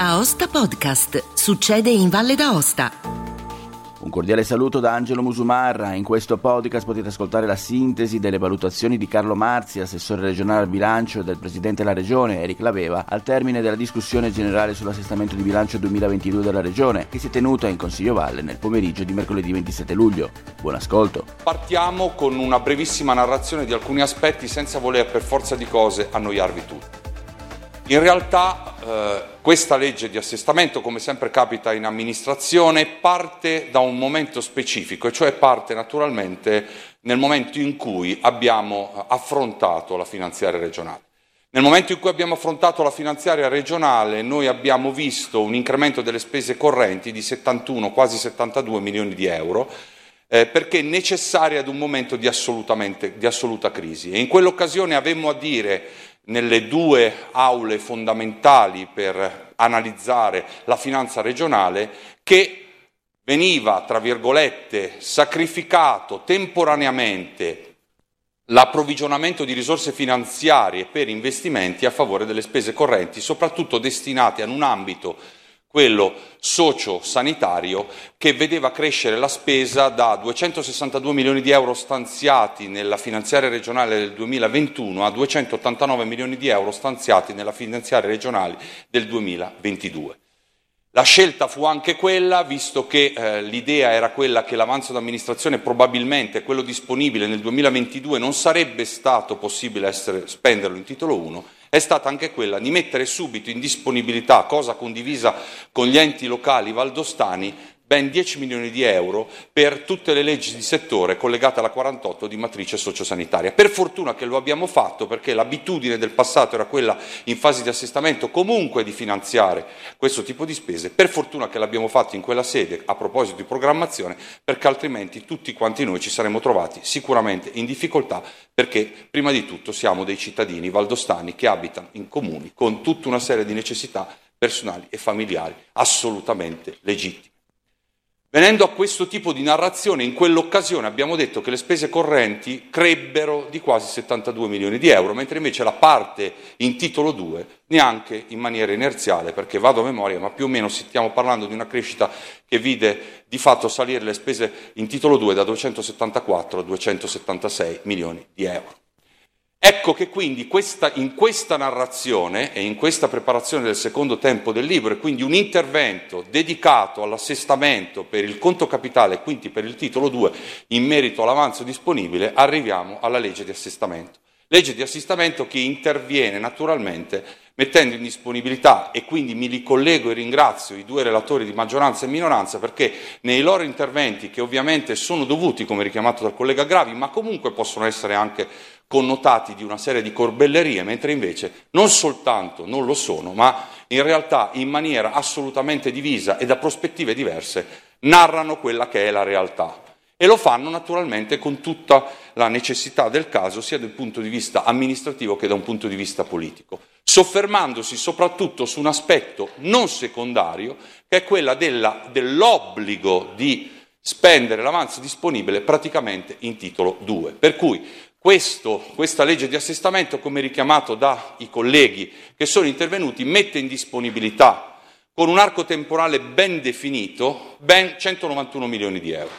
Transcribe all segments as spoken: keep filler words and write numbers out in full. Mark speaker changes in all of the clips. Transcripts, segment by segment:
Speaker 1: Aosta Podcast. Succede in Valle d'Aosta.
Speaker 2: Un cordiale saluto da Angelo Musumarra. In questo podcast potete ascoltare la sintesi delle valutazioni di Carlo Marzi, assessore regionale al bilancio, e del presidente della regione, Eric Laveva, al termine della discussione generale sull'assestamento di bilancio duemilaventidue della regione, che si è tenuta in Consiglio Valle nel pomeriggio di mercoledì ventisette luglio. Buon ascolto.
Speaker 3: Partiamo con una brevissima narrazione di alcuni aspetti senza voler per forza di cose annoiarvi tutti. In realtà eh, questa legge di assestamento, come sempre capita in amministrazione, parte da un momento specifico, e cioè parte naturalmente nel momento in cui abbiamo affrontato la finanziaria regionale. Nel momento in cui abbiamo affrontato la finanziaria regionale, noi abbiamo visto un incremento delle spese correnti di settantuno, quasi settantadue milioni di euro, eh, perché necessaria ad un momento di, assolutamente, di assoluta crisi. E in quell'occasione avemmo a dire, nelle due aule fondamentali per analizzare la finanza regionale, che veniva, tra virgolette, sacrificato temporaneamente l'approvvigionamento di risorse finanziarie per investimenti a favore delle spese correnti, soprattutto destinate ad un ambito, quello socio-sanitario, che vedeva crescere la spesa da duecentosessantadue milioni di euro stanziati nella finanziaria regionale del duemilaventuno a duecentottantanove milioni di euro stanziati nella finanziaria regionale del duemilaventidue. La scelta fu anche quella, visto che eh, l'idea era quella che l'avanzo d'amministrazione, probabilmente quello disponibile nel duemilaventidue, non sarebbe stato possibile essere, spenderlo in titolo uno, è stata anche quella di mettere subito in disponibilità, cosa condivisa con gli enti locali valdostani, ben dieci milioni di euro per tutte le leggi di settore collegate alla quarantotto di matrice sociosanitaria. Per fortuna che lo abbiamo fatto, perché l'abitudine del passato era quella, in fase di assestamento, comunque di finanziare questo tipo di spese. Per fortuna che l'abbiamo fatto in quella sede, a proposito di programmazione, perché altrimenti tutti quanti noi ci saremmo trovati sicuramente in difficoltà, perché prima di tutto siamo dei cittadini valdostani che abitano in comuni con tutta una serie di necessità personali e familiari assolutamente legittime. Venendo a questo tipo di narrazione, in quell'occasione abbiamo detto che le spese correnti crebbero di quasi settantadue milioni di euro, mentre invece la parte in titolo due neanche in maniera inerziale, perché vado a memoria, ma più o meno stiamo parlando di una crescita che vide di fatto salire le spese in titolo due da duecentosettantaquattro a duecentosettantasei milioni di euro. Ecco che quindi questa, in questa narrazione e in questa preparazione del secondo tempo del libro, e quindi un intervento dedicato all'assestamento per il conto capitale e quindi per il titolo due in merito all'avanzo disponibile, arriviamo alla legge di assestamento. Legge di assestamento che interviene naturalmente mettendo in disponibilità, e quindi mi ricollego e ringrazio i due relatori di maggioranza e minoranza, perché nei loro interventi, che ovviamente sono dovuti, come richiamato dal collega Gravi, ma comunque possono essere anche connotati di una serie di corbellerie, mentre invece non soltanto non lo sono, ma in realtà in maniera assolutamente divisa e da prospettive diverse narrano quella che è la realtà. E lo fanno naturalmente con tutta la necessità del caso, sia dal punto di vista amministrativo che da un punto di vista politico, soffermandosi soprattutto su un aspetto non secondario, che è quella della, dell'obbligo di spendere l'avanzo disponibile praticamente in titolo due. Per cui questo, questa legge di assestamento, come richiamato dai colleghi che sono intervenuti, mette in disponibilità, con un arco temporale ben definito, ben centonovantuno milioni di euro.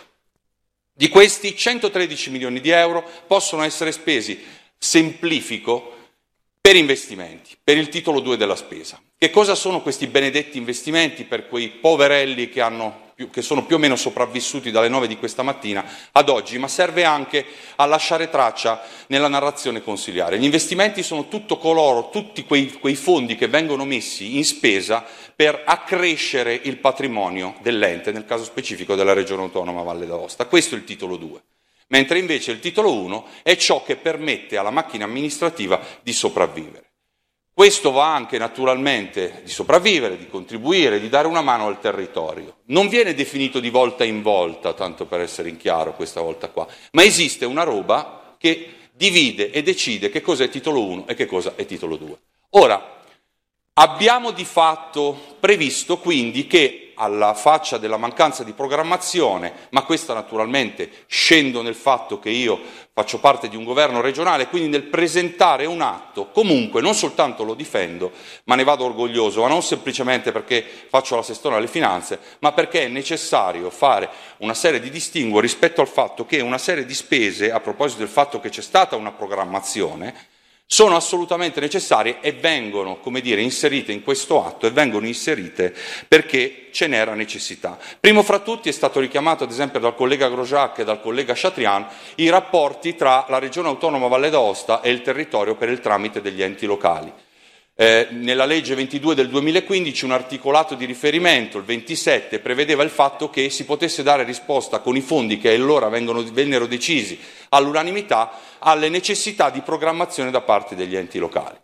Speaker 3: Di questi centotredici milioni di euro possono essere spesi, semplifico, per investimenti, per il titolo due della spesa. Che cosa sono questi benedetti investimenti per quei poverelli che, hanno più, che sono più o meno sopravvissuti dalle nove di questa mattina ad oggi, ma serve anche a lasciare traccia nella narrazione consiliare. Gli investimenti sono tutto coloro, tutti quei, quei fondi che vengono messi in spesa per accrescere il patrimonio dell'ente, nel caso specifico della Regione Autonoma Valle d'Aosta. Questo è il titolo due. Mentre invece il titolo uno è ciò che permette alla macchina amministrativa di sopravvivere. Questo va anche naturalmente di sopravvivere, di contribuire, di dare una mano al territorio. Non viene definito di volta in volta, tanto per essere in chiaro questa volta qua, ma esiste una roba che divide e decide che cosa è titolo uno e che cosa è titolo due. Ora, abbiamo di fatto previsto quindi che alla faccia della mancanza di programmazione, ma questa naturalmente scendo nel fatto che io faccio parte di un governo regionale, quindi nel presentare un atto, comunque non soltanto lo difendo, ma ne vado orgoglioso, ma non semplicemente perché faccio l'assessore alle finanze, ma perché è necessario fare una serie di distinguo rispetto al fatto che una serie di spese, a proposito del fatto che c'è stata una programmazione, sono assolutamente necessarie e vengono, come dire, inserite in questo atto e vengono inserite perché ce n'era necessità. Primo fra tutti è stato richiamato ad esempio dal collega Grojac e dal collega Chatrian i rapporti tra la Regione Autonoma Valle d'Aosta e il territorio per il tramite degli enti locali. Eh, nella legge ventidue del duemilaquindici un articolato di riferimento, il ventisette, prevedeva il fatto che si potesse dare risposta con i fondi che allora vengono, vennero decisi all'unanimità alle necessità di programmazione da parte degli enti locali.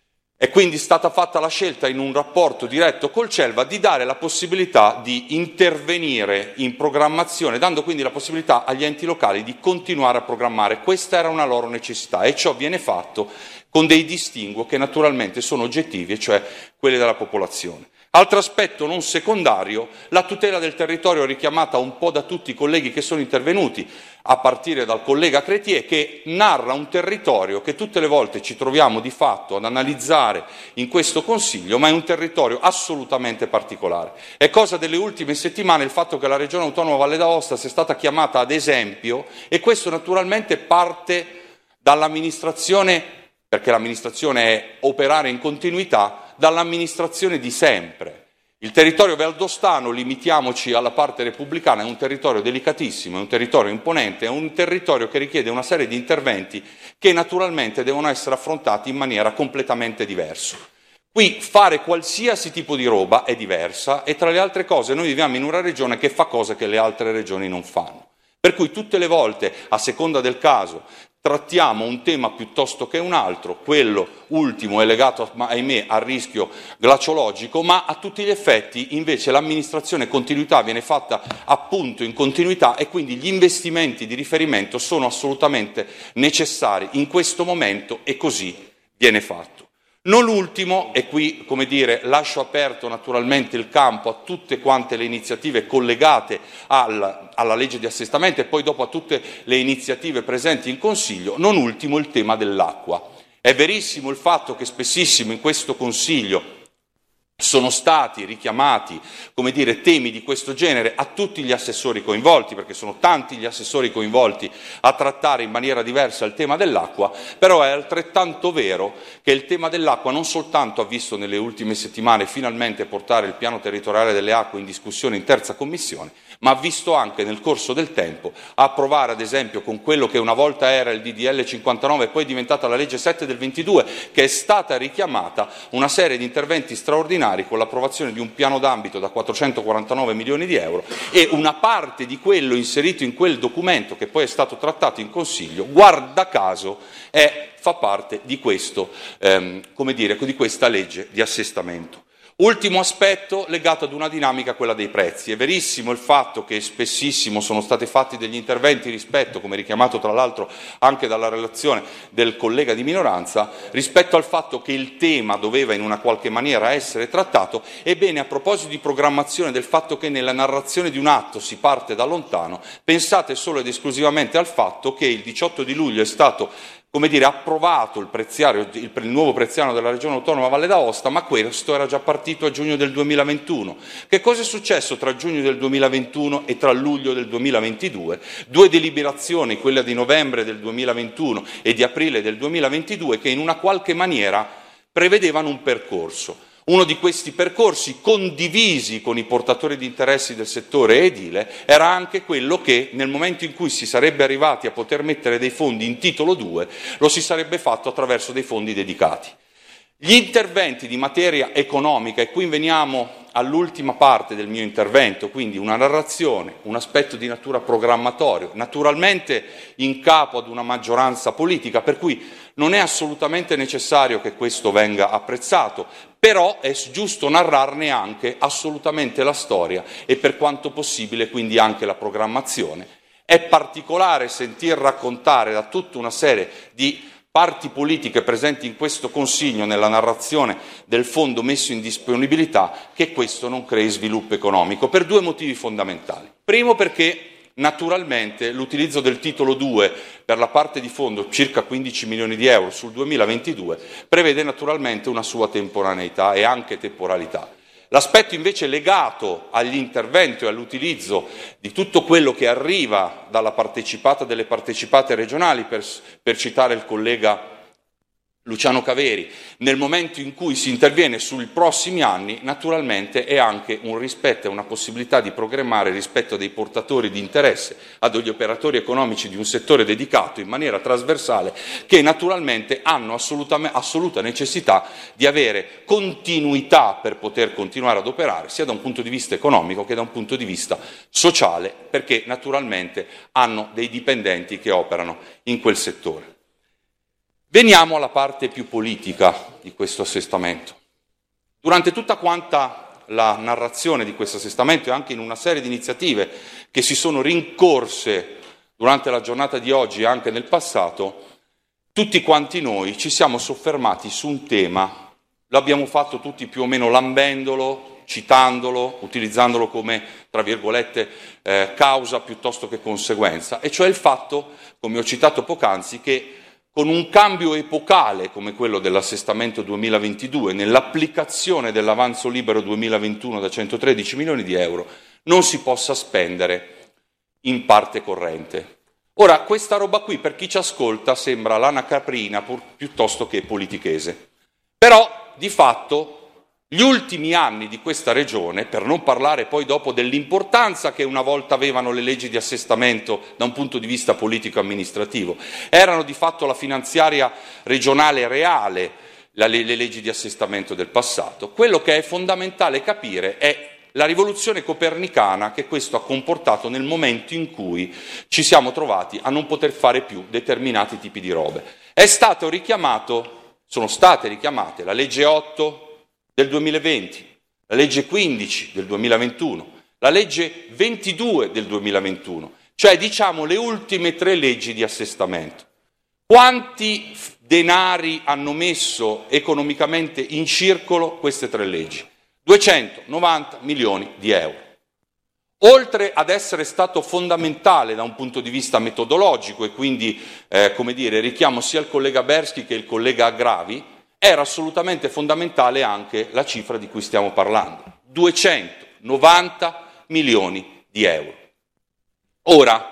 Speaker 3: È quindi stata fatta la scelta in un rapporto diretto col CELVA di dare la possibilità di intervenire in programmazione, dando quindi la possibilità agli enti locali di continuare a programmare. Questa era una loro necessità e ciò viene fatto con dei distinguo che naturalmente sono oggettivi, e cioè quelli della popolazione. Altro aspetto non secondario, la tutela del territorio richiamata un po' da tutti i colleghi che sono intervenuti, a partire dal collega Cretier, che narra un territorio che tutte le volte ci troviamo di fatto ad analizzare in questo Consiglio, ma è un territorio assolutamente particolare. È cosa delle ultime settimane il fatto che la Regione Autonoma Valle d'Aosta sia stata chiamata ad esempio, e questo naturalmente parte dall'amministrazione, perché l'amministrazione è operare in continuità, dall'amministrazione di sempre. Il territorio valdostano, limitiamoci alla parte repubblicana, è un territorio delicatissimo, è un territorio imponente, è un territorio che richiede una serie di interventi che naturalmente devono essere affrontati in maniera completamente diversa. Qui fare qualsiasi tipo di roba è diversa e tra le altre cose noi viviamo in una regione che fa cose che le altre regioni non fanno. Per cui tutte le volte, a seconda del caso, trattiamo un tema piuttosto che un altro, quello ultimo è legato, ahimè, al rischio glaciologico, ma a tutti gli effetti invece l'amministrazione continuità viene fatta appunto in continuità e quindi gli investimenti di riferimento sono assolutamente necessari in questo momento e così viene fatto. Non ultimo, e qui, come dire, lascio aperto naturalmente il campo a tutte quante le iniziative collegate al, alla legge di assestamento e poi dopo a tutte le iniziative presenti in Consiglio, non ultimo il tema dell'acqua. È verissimo il fatto che spessissimo in questo Consiglio sono stati richiamati, come dire, temi di questo genere a tutti gli assessori coinvolti, perché sono tanti gli assessori coinvolti a trattare in maniera diversa il tema dell'acqua, però è altrettanto vero che il tema dell'acqua non soltanto ha visto nelle ultime settimane finalmente portare il piano territoriale delle acque in discussione in terza commissione, ma ha visto anche nel corso del tempo approvare ad esempio con quello che una volta era il D D L cinquantanove e poi è diventata la legge sette del ventidue, che è stata richiamata una serie di interventi straordinari con l'approvazione di un piano d'ambito da quattrocentoquarantanove milioni di euro e una parte di quello inserito in quel documento che poi è stato trattato in Consiglio, guarda caso, è, fa parte di, questo, ehm, come dire, di questa legge di assestamento. Ultimo aspetto legato ad una dinamica, quella dei prezzi. È verissimo il fatto che spessissimo sono stati fatti degli interventi rispetto, come richiamato tra l'altro anche dalla relazione del collega di minoranza, rispetto al fatto che il tema doveva in una qualche maniera essere trattato. Ebbene, a proposito di programmazione, del fatto che nella narrazione di un atto si parte da lontano, pensate solo ed esclusivamente al fatto che il diciotto di luglio è stato, come dire, approvato il preziario, il, il nuovo preziano della Regione Autonoma Valle d'Aosta, ma questo era già partito a giugno del duemilaventuno. Che cosa è successo tra giugno del duemilaventuno e tra luglio del duemilaventidue? Due deliberazioni, quella di novembre del duemilaventuno e di aprile del duemilaventidue, che in una qualche maniera prevedevano un percorso. Uno di questi percorsi, condivisi con i portatori di interessi del settore edile, era anche quello che nel momento in cui si sarebbe arrivati a poter mettere dei fondi in titolo due, lo si sarebbe fatto attraverso dei fondi dedicati. Gli interventi di materia economica, e qui veniamo all'ultima parte del mio intervento, quindi una narrazione, un aspetto di natura programmatoria, naturalmente in capo ad una maggioranza politica, per cui non è assolutamente necessario che questo venga apprezzato, però è giusto narrarne anche assolutamente la storia e per quanto possibile quindi anche la programmazione. È particolare sentir raccontare da tutta una serie di parti politiche presenti in questo Consiglio nella narrazione del fondo messo in disponibilità che questo non crei sviluppo economico, per due motivi fondamentali. Primo, perché naturalmente l'utilizzo del titolo due per la parte di fondo, circa quindici milioni di euro sul duemilaventidue, prevede naturalmente una sua temporaneità e anche temporalità. L'aspetto invece legato agli interventi e all'utilizzo di tutto quello che arriva dalla partecipata delle partecipate regionali, per, per citare il collega Luciano Caveri, nel momento in cui si interviene sui prossimi anni, naturalmente è anche un rispetto e una possibilità di programmare rispetto dei portatori di interesse ad degli operatori economici di un settore dedicato in maniera trasversale, che naturalmente hanno assoluta necessità di avere continuità per poter continuare ad operare, sia da un punto di vista economico che da un punto di vista sociale, perché naturalmente hanno dei dipendenti che operano in quel settore. Veniamo alla parte più politica di questo assestamento. Durante tutta quanta la narrazione di questo assestamento e anche in una serie di iniziative che si sono rincorse durante la giornata di oggi e anche nel passato, tutti quanti noi ci siamo soffermati su un tema, lo abbiamo fatto tutti più o meno lambendolo, citandolo, utilizzandolo come, tra virgolette, eh, causa piuttosto che conseguenza, e cioè il fatto, come ho citato poc'anzi, che con un cambio epocale come quello dell'assestamento duemilaventidue, nell'applicazione dell'avanzo libero duemilaventuno da centotredici milioni di euro, non si possa spendere in parte corrente. Ora, questa roba qui, per chi ci ascolta, sembra lana caprina pur, piuttosto che politichese. Però, di fatto, gli ultimi anni di questa regione, per non parlare poi dopo dell'importanza che una volta avevano le leggi di assestamento da un punto di vista politico-amministrativo, erano di fatto la finanziaria regionale reale, la, le, le leggi di assestamento del passato. Quello che è fondamentale capire è la rivoluzione copernicana che questo ha comportato nel momento in cui ci siamo trovati a non poter fare più determinati tipi di robe. È stato richiamato, sono state richiamate la legge otto del duemilaventi, la legge quindici del duemilaventuno, la legge ventidue del duemilaventuno, cioè diciamo le ultime tre leggi di assestamento. Quanti denari hanno messo economicamente in circolo queste tre leggi? duecentonovanta milioni di euro. Oltre ad essere stato fondamentale da un punto di vista metodologico, e quindi eh, come dire, richiamo sia il collega Bersky che il collega Agravi, era assolutamente fondamentale anche la cifra di cui stiamo parlando, duecentonovanta milioni di euro. Ora,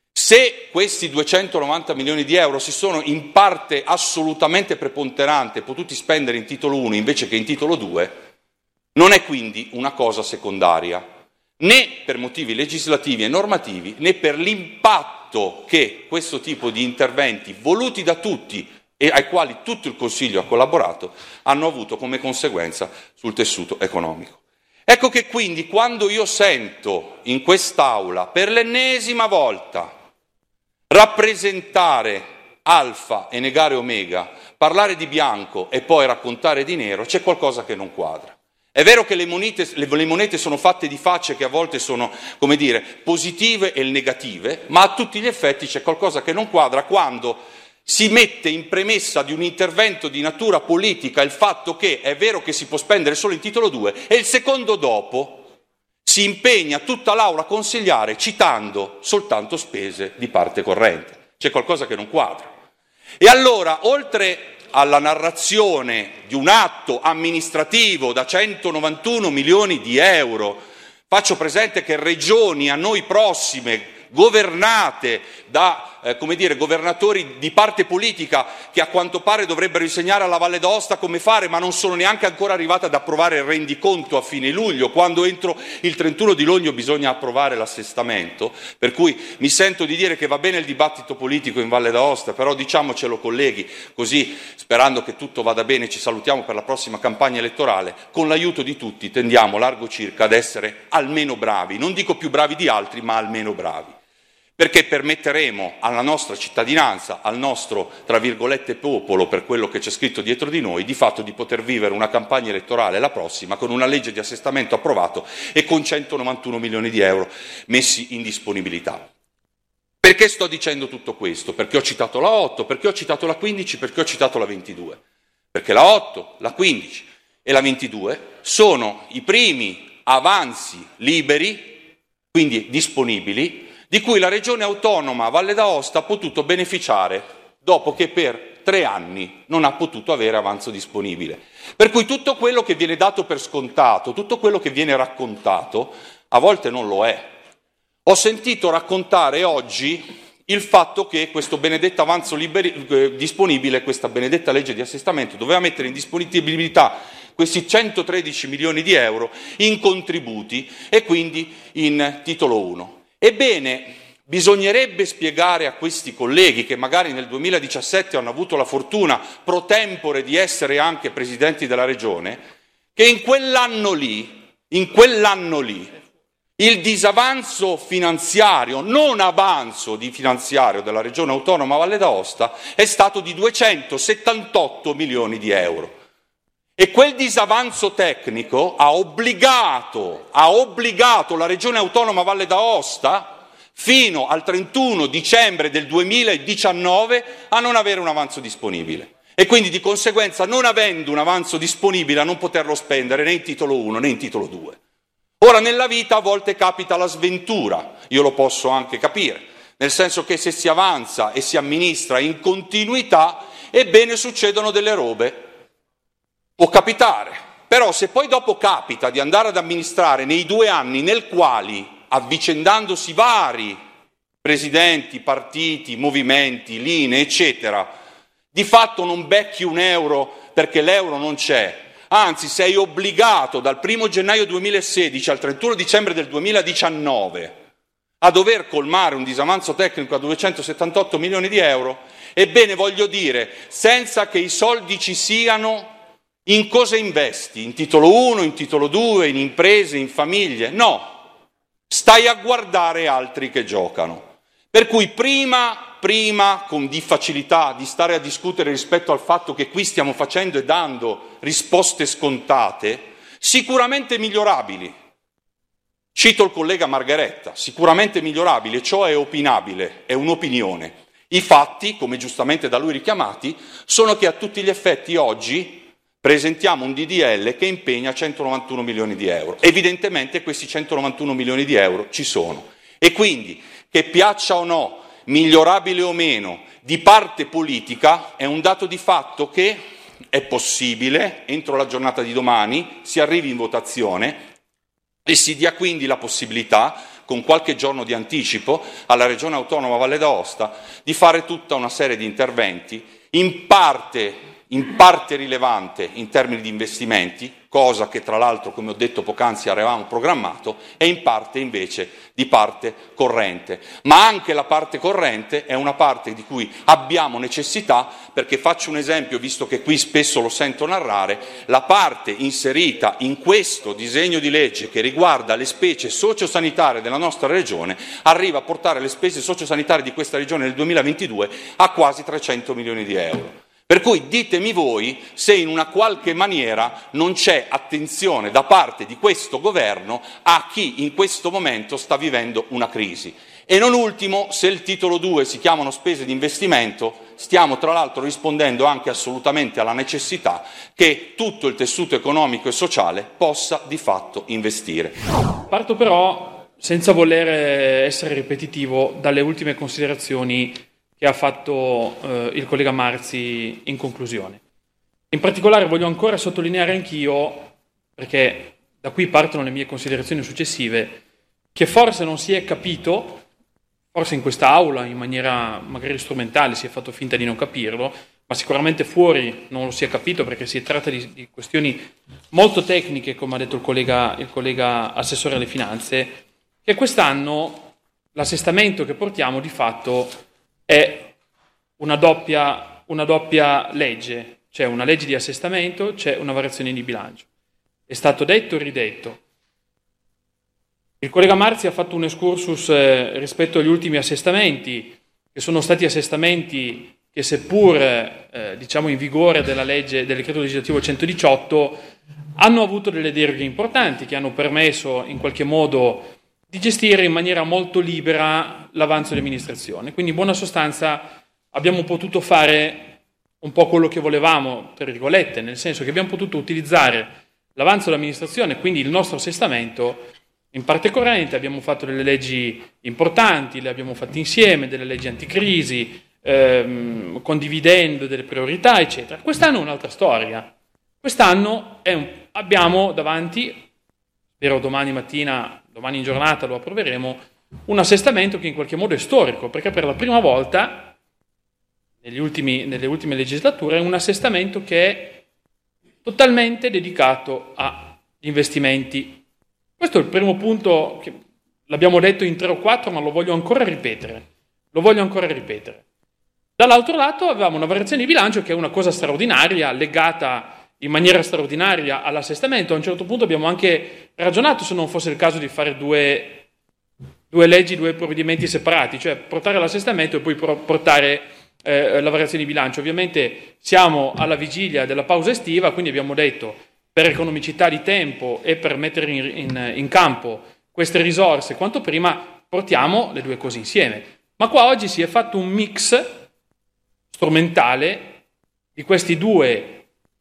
Speaker 3: se questi duecentonovanta milioni di euro si sono in parte assolutamente preponderante potuti spendere in titolo uno invece che in titolo due, non è quindi una cosa secondaria, né per motivi legislativi e normativi, né per l'impatto che questo tipo di interventi voluti da tutti e ai quali tutto il Consiglio ha collaborato, hanno avuto come conseguenza sul tessuto economico. Ecco che quindi quando io sento in quest'Aula per l'ennesima volta rappresentare alfa e negare omega, parlare di bianco e poi raccontare di nero, c'è qualcosa che non quadra. È vero che le monete, le, le monete sono fatte di facce che a volte sono, come dire, positive e negative, ma a tutti gli effetti c'è qualcosa che non quadra quando si mette in premessa di un intervento di natura politica il fatto che è vero che si può spendere solo in titolo due e il secondo dopo si impegna tutta l'Aula a consigliare citando soltanto spese di parte corrente. C'è qualcosa che non quadra. E allora, oltre alla narrazione di un atto amministrativo da centonovantuno milioni di euro, faccio presente che regioni a noi prossime, governate da eh, come dire, governatori di parte politica che a quanto pare dovrebbero insegnare alla Valle d'Aosta come fare, ma non sono neanche ancora arrivate ad approvare il rendiconto a fine luglio, quando entro il trentuno di luglio bisogna approvare l'assestamento, per cui mi sento di dire che va bene il dibattito politico in Valle d'Aosta, però diciamocelo colleghi, così sperando che tutto vada bene ci salutiamo per la prossima campagna elettorale, con l'aiuto di tutti tendiamo largo circa ad essere almeno bravi, non dico più bravi di altri, ma almeno bravi. Perché permetteremo alla nostra cittadinanza, al nostro, tra virgolette, popolo, per quello che c'è scritto dietro di noi, di fatto di poter vivere una campagna elettorale la prossima con una legge di assestamento approvato e con centonovantuno milioni di euro messi in disponibilità. Perché sto dicendo tutto questo? Perché ho citato la otto, perché ho citato la quindici, perché ho citato la ventidue. Perché la otto, la quindici e la ventidue sono i primi avanzi liberi, quindi disponibili, di cui la Regione Autonoma Valle d'Aosta ha potuto beneficiare dopo che per tre anni non ha potuto avere avanzo disponibile. Per cui tutto quello che viene dato per scontato, tutto quello che viene raccontato, a volte non lo è. Ho sentito raccontare oggi il fatto che questo benedetto avanzo liberi, eh, disponibile, questa benedetta legge di assestamento, doveva mettere in disponibilità questi centotredici milioni di euro in contributi e quindi in titolo uno. Ebbene, bisognerebbe spiegare a questi colleghi che magari nel duemiladiciassette hanno avuto la fortuna pro tempore di essere anche presidenti della Regione, che in quell'anno lì, in quell'anno lì, il disavanzo finanziario, non avanzo di finanziario della Regione Autonoma Valle d'Aosta è stato di duecentosettantotto milioni di euro. E quel disavanzo tecnico ha obbligato, ha obbligato la Regione Autonoma Valle d'Aosta fino al trentuno dicembre del duemiladiciannove a non avere un avanzo disponibile. E quindi di conseguenza, non avendo un avanzo disponibile, a non poterlo spendere né in titolo uno né in titolo due. Ora, nella vita a volte capita la sventura, io lo posso anche capire, nel senso che se si avanza e si amministra in continuità, ebbene succedono delle robe. Può capitare, però se poi dopo capita di andare ad amministrare nei due anni nel quali, avvicendandosi vari presidenti, partiti, movimenti, linee, eccetera, di fatto non becchi un euro perché l'euro non c'è, anzi sei obbligato dal primo gennaio duemilasedici al trentuno dicembre del duemiladiciannove a dover colmare un disavanzo tecnico a duecentosettantotto milioni di euro, ebbene voglio dire, senza che i soldi ci siano, in cosa investi? In titolo uno, in titolo due, in imprese, in famiglie? No, stai a guardare altri che giocano. Per cui prima, prima con di facilità di stare a discutere rispetto al fatto che qui stiamo facendo e dando risposte scontate, sicuramente migliorabili. Cito il collega Margaretta, sicuramente migliorabile, ciò è opinabile, è un'opinione. I fatti, come giustamente da lui richiamati, sono che a tutti gli effetti oggi presentiamo un D D L che impegna centonovantuno milioni di euro. Evidentemente questi centonovantuno milioni di euro ci sono. E quindi, che piaccia o no, migliorabile o meno, di parte politica, è un dato di fatto che è possibile, entro la giornata di domani, si arrivi in votazione e si dia quindi la possibilità, con qualche giorno di anticipo, alla Regione Autonoma Valle d'Aosta, di fare tutta una serie di interventi, in parte in parte rilevante in termini di investimenti, cosa che tra l'altro, come ho detto poc'anzi, avevamo programmato, e in parte invece di parte corrente. Ma anche la parte corrente è una parte di cui abbiamo necessità, perché faccio un esempio, visto che qui spesso lo sento narrare, la parte inserita in questo disegno di legge che riguarda le spese sociosanitarie della nostra regione arriva a portare le spese sociosanitarie di questa regione nel duemilaventidue a quasi trecento milioni di euro. Per cui ditemi voi se in una qualche maniera non c'è attenzione da parte di questo governo a chi in questo momento sta vivendo una crisi. E non ultimo, se il titolo due si chiamano spese di investimento, stiamo tra l'altro rispondendo anche assolutamente alla necessità che tutto il tessuto economico e sociale possa di fatto investire.
Speaker 4: Parto però, senza voler essere ripetitivo, dalle ultime considerazioni che ha fatto eh, il collega Marzi in conclusione. In particolare voglio ancora sottolineare anch'io, perché da qui partono le mie considerazioni successive, che forse non si è capito, forse in questa aula in maniera magari strumentale si è fatto finta di non capirlo, ma sicuramente fuori non lo si è capito perché si tratta di, di questioni molto tecniche, come ha detto il collega, il collega assessore alle finanze, che quest'anno l'assestamento che portiamo di fatto è una doppia, una doppia legge, c'è una legge di assestamento, c'è una variazione di bilancio. È stato detto e ridetto. Il collega Marzi ha fatto un excursus eh, rispetto agli ultimi assestamenti, che sono stati assestamenti che seppur eh, diciamo in vigore della legge del decreto legislativo centodiciotto hanno avuto delle deroghe importanti che hanno permesso in qualche modo di gestire in maniera molto libera l'avanzo di amministrazione. Quindi in buona sostanza abbiamo potuto fare un po' quello che volevamo, tra virgolette, nel senso che abbiamo potuto utilizzare l'avanzo dell'amministrazione, quindi il nostro assestamento, in parte corrente. Abbiamo fatto delle leggi importanti, le abbiamo fatte insieme, delle leggi anticrisi, ehm, condividendo delle priorità, eccetera. Quest'anno è un'altra storia. Quest'anno è un, abbiamo davanti, spero domani mattina, domani in giornata lo approveremo, un assestamento che in qualche modo è storico, perché per la prima volta negli ultimi, nelle ultime legislature è un assestamento che è totalmente dedicato agli investimenti. Questo è il primo punto, che l'abbiamo detto in tre o quattro, ma lo voglio ancora ripetere. Lo voglio ancora ripetere. Dall'altro lato avevamo una variazione di bilancio che è una cosa straordinaria, legata in maniera straordinaria all'assestamento. A un certo punto abbiamo anche ragionato se non fosse il caso di fare due, due leggi, due provvedimenti separati, cioè portare l'assestamento e poi portare eh, la variazione di bilancio. Ovviamente siamo alla vigilia della pausa estiva, quindi abbiamo detto, per economicità di tempo e per mettere in, in, in campo queste risorse quanto prima, portiamo le due cose insieme. Ma qua oggi si è fatto un mix strumentale di questi due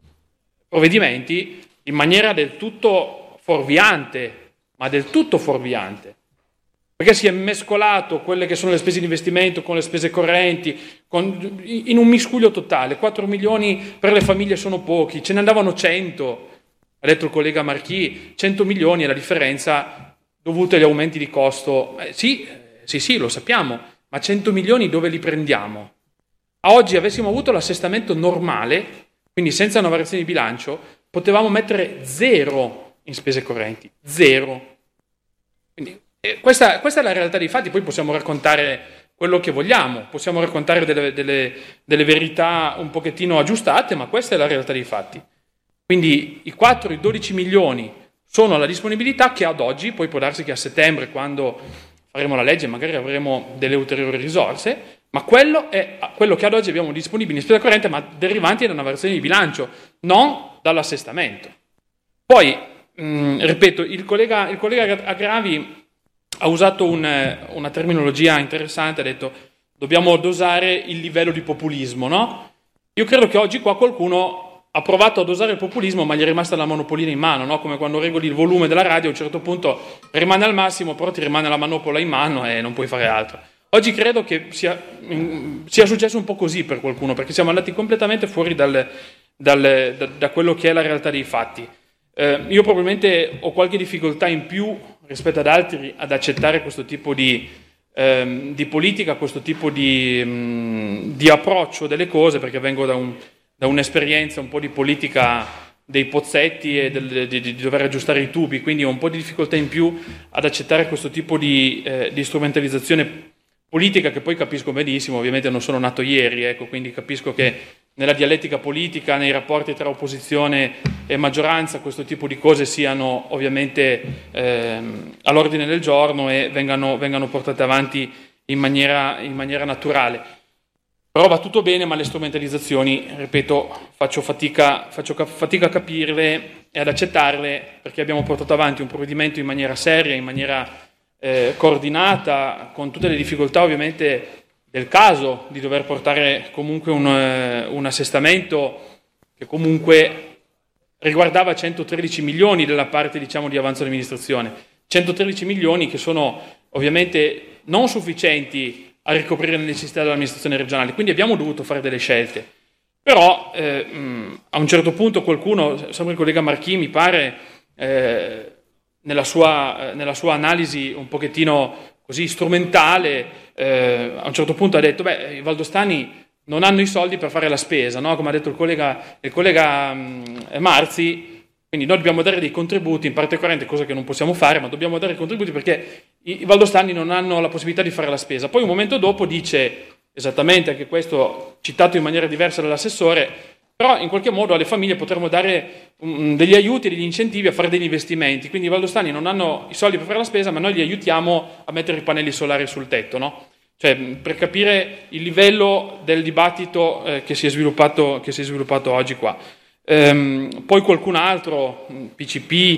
Speaker 4: provvedimenti in maniera del tutto fuorviante, ma del tutto fuorviante, perché si è mescolato quelle che sono le spese di investimento con le spese correnti, con, in un miscuglio totale. quattro milioni per le famiglie sono pochi, ce ne andavano cento, ha detto il collega Marchi, cento milioni è la differenza dovuta agli aumenti di costo. Eh, sì, sì, sì, lo sappiamo, ma cento milioni dove li prendiamo? A oggi avessimo avuto l'assestamento normale, quindi senza una variazione di bilancio, potevamo mettere zero in spese correnti, zero. Quindi eh, questa, questa è la realtà dei fatti. Poi possiamo raccontare quello che vogliamo, possiamo raccontare delle, delle, delle verità un pochettino aggiustate, ma questa è la realtà dei fatti. Quindi i quattro, i dodici milioni sono la disponibilità che ad oggi, poi può darsi che a settembre, quando faremo la legge, magari avremo delle ulteriori risorse, ma quello è quello che ad oggi abbiamo disponibile in spesa corrente, ma derivanti da una variazione di bilancio, non dall'assestamento. Poi, mh, ripeto, il collega, il collega Agravi ha usato un, una terminologia interessante, ha detto dobbiamo dosare il livello di populismo, no? Io credo che oggi qua qualcuno ha provato a dosare il populismo, ma gli è rimasta la monopolina in mano, no? Come quando regoli il volume della radio, a un certo punto rimane al massimo, però ti rimane la manopola in mano e non puoi fare altro. Oggi credo che sia, sia successo un po' così per qualcuno, perché siamo andati completamente fuori dal, dal, da, da quello che è la realtà dei fatti. Eh, io probabilmente ho qualche difficoltà in più rispetto ad altri ad accettare questo tipo di, ehm, di politica, questo tipo di, mh, di approccio delle cose, perché vengo da un... da un'esperienza un po' di politica dei pozzetti e del, di, di dover aggiustare i tubi, quindi ho un po' di difficoltà in più ad accettare questo tipo di, eh, di strumentalizzazione politica, che poi capisco benissimo. Ovviamente non sono nato ieri, ecco, quindi capisco che nella dialettica politica, nei rapporti tra opposizione e maggioranza, questo tipo di cose siano ovviamente eh, all'ordine del giorno e vengano, vengano portate avanti in maniera, in maniera naturale. Però va tutto bene, ma le strumentalizzazioni, ripeto, faccio fatica, faccio fatica a capirle e ad accettarle, perché abbiamo portato avanti un provvedimento in maniera seria, in maniera eh, coordinata, con tutte le difficoltà ovviamente del caso di dover portare comunque un, uh, un assestamento che comunque riguardava centotredici milioni della parte, diciamo, di avanzo dell'amministrazione. centotredici milioni che sono ovviamente non sufficienti a ricoprire le necessità dell'amministrazione regionale, quindi abbiamo dovuto fare delle scelte. Però eh, mh, a un certo punto qualcuno, sempre il collega Marchi mi pare, eh, nella, sua, eh, nella sua analisi un pochettino così strumentale, eh, a un certo punto ha detto beh, i valdostani non hanno i soldi per fare la spesa, no? Come ha detto il collega, il collega mh, Marzi. Quindi noi dobbiamo dare dei contributi in parte corrente, cosa che non possiamo fare, ma dobbiamo dare contributi perché i, i valdostani non hanno la possibilità di fare la spesa. Poi un momento dopo dice, esattamente anche questo citato in maniera diversa dall'assessore, però in qualche modo alle famiglie potremmo dare um, degli aiuti, degli incentivi a fare degli investimenti. Quindi i valdostani non hanno i soldi per fare la spesa, ma noi li aiutiamo a mettere i pannelli solari sul tetto, no? Cioè, per capire il livello del dibattito eh, che si è sviluppato, che si è sviluppato oggi qua. Ehm, poi qualcun altro, P C P,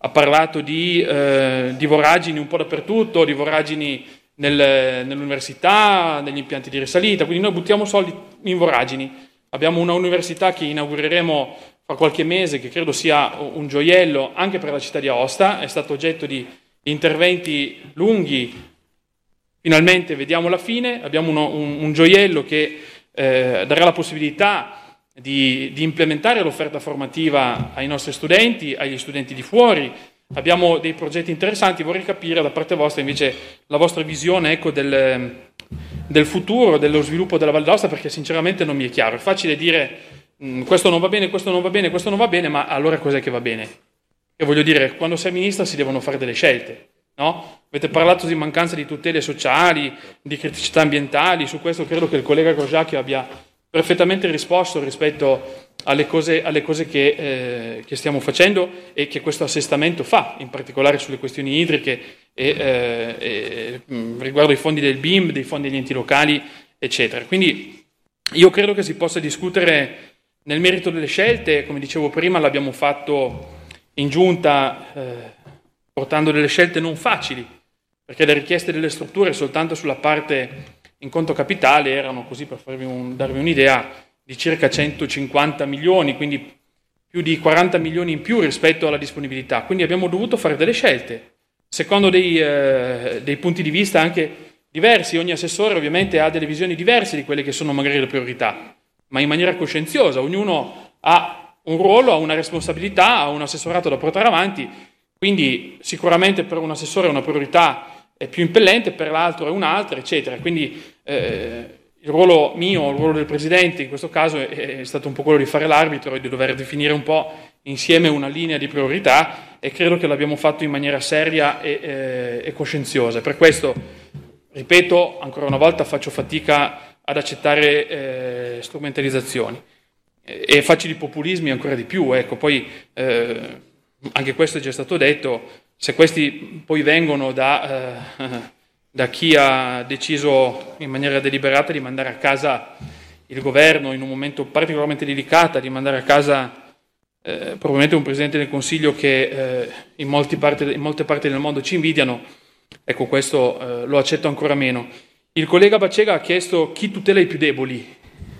Speaker 4: ha parlato di, eh, di voragini un po' dappertutto, di voragini nel, nell'università, negli impianti di risalita, quindi noi buttiamo soldi in voragini. Abbiamo una università che inaugureremo fra qualche mese, che credo sia un gioiello anche per la città di Aosta, è stato oggetto di interventi lunghi, finalmente vediamo la fine, abbiamo uno, un, un gioiello che eh, darà la possibilità di, di implementare l'offerta formativa ai nostri studenti, agli studenti di fuori. Abbiamo dei progetti interessanti, vorrei capire da parte vostra invece la vostra visione, ecco, del, del futuro, dello sviluppo della Val d'Aosta, perché sinceramente non mi è chiaro. È facile dire mh, questo non va bene, questo non va bene, questo non va bene, ma allora cos'è che va bene? E voglio dire, quando sei ministra si devono fare delle scelte. No? Avete parlato di mancanza di tutele sociali, di criticità ambientali, su questo credo che il collega Gorgiacchi abbia perfettamente risposto rispetto alle cose, alle cose che, eh, che stiamo facendo e che questo assestamento fa, in particolare sulle questioni idriche e, eh, e riguardo ai fondi del B I M, dei fondi degli enti locali, eccetera. Quindi io credo che si possa discutere nel merito delle scelte, come dicevo prima l'abbiamo fatto in giunta, eh, portando delle scelte non facili, perché le richieste delle strutture soltanto sulla parte in conto capitale erano, così per farvi un, darvi un'idea, di circa centocinquanta milioni, quindi più di quaranta milioni in più rispetto alla disponibilità. Quindi abbiamo dovuto fare delle scelte, secondo dei, eh, dei punti di vista anche diversi. Ogni assessore ovviamente ha delle visioni diverse di quelle che sono magari le priorità, ma in maniera coscienziosa. Ognuno ha un ruolo, ha una responsabilità, ha un assessorato da portare avanti. Quindi sicuramente per un assessore una priorità è più impellente, per l'altro è un'altra, eccetera. Quindi eh, il ruolo mio, il ruolo del Presidente in questo caso è, è stato un po' quello di fare l'arbitro e di dover definire un po' insieme una linea di priorità, e credo che l'abbiamo fatto in maniera seria e, eh, e coscienziosa. Per questo, ripeto, ancora una volta faccio fatica ad accettare eh, strumentalizzazioni e, e facili populismi ancora di più. Ecco, poi... Eh, anche questo è già stato detto, se questi poi vengono da, eh, da chi ha deciso in maniera deliberata di mandare a casa il governo in un momento particolarmente delicato, di mandare a casa eh, probabilmente un Presidente del Consiglio che eh, in, molti parti, in molte parti del mondo ci invidiano, ecco, questo eh, lo accetto ancora meno. Il collega Bacega ha chiesto chi tutela i più deboli.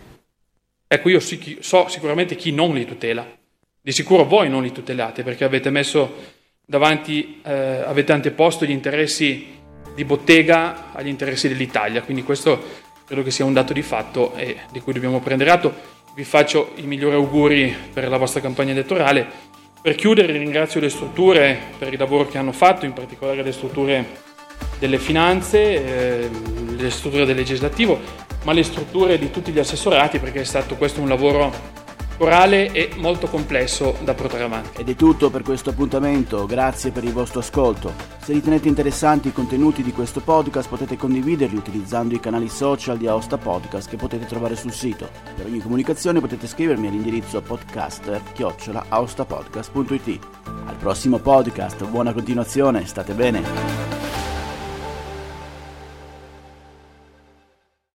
Speaker 4: Ecco, io so sicuramente chi non li tutela. Di sicuro voi non li tutelate, perché avete messo davanti, eh, avete anteposto gli interessi di bottega agli interessi dell'Italia, quindi questo credo che sia un dato di fatto e di cui dobbiamo prendere atto. Vi faccio i migliori auguri per la vostra campagna elettorale. Per chiudere ringrazio le strutture per il lavoro che hanno fatto, in particolare le strutture delle finanze, eh, le strutture del legislativo, ma le strutture di tutti gli assessorati, perché è stato questo un lavoro corale e molto complesso da portare avanti.
Speaker 2: Ed è tutto per questo appuntamento, grazie per il vostro ascolto. Se ritenete interessanti i contenuti di questo podcast potete condividerli utilizzando i canali social di Aosta Podcast che potete trovare sul sito. Per ogni comunicazione potete scrivermi all'indirizzo podcaster chiocciola aostapodcast punto it. Al prossimo podcast, buona continuazione, state bene!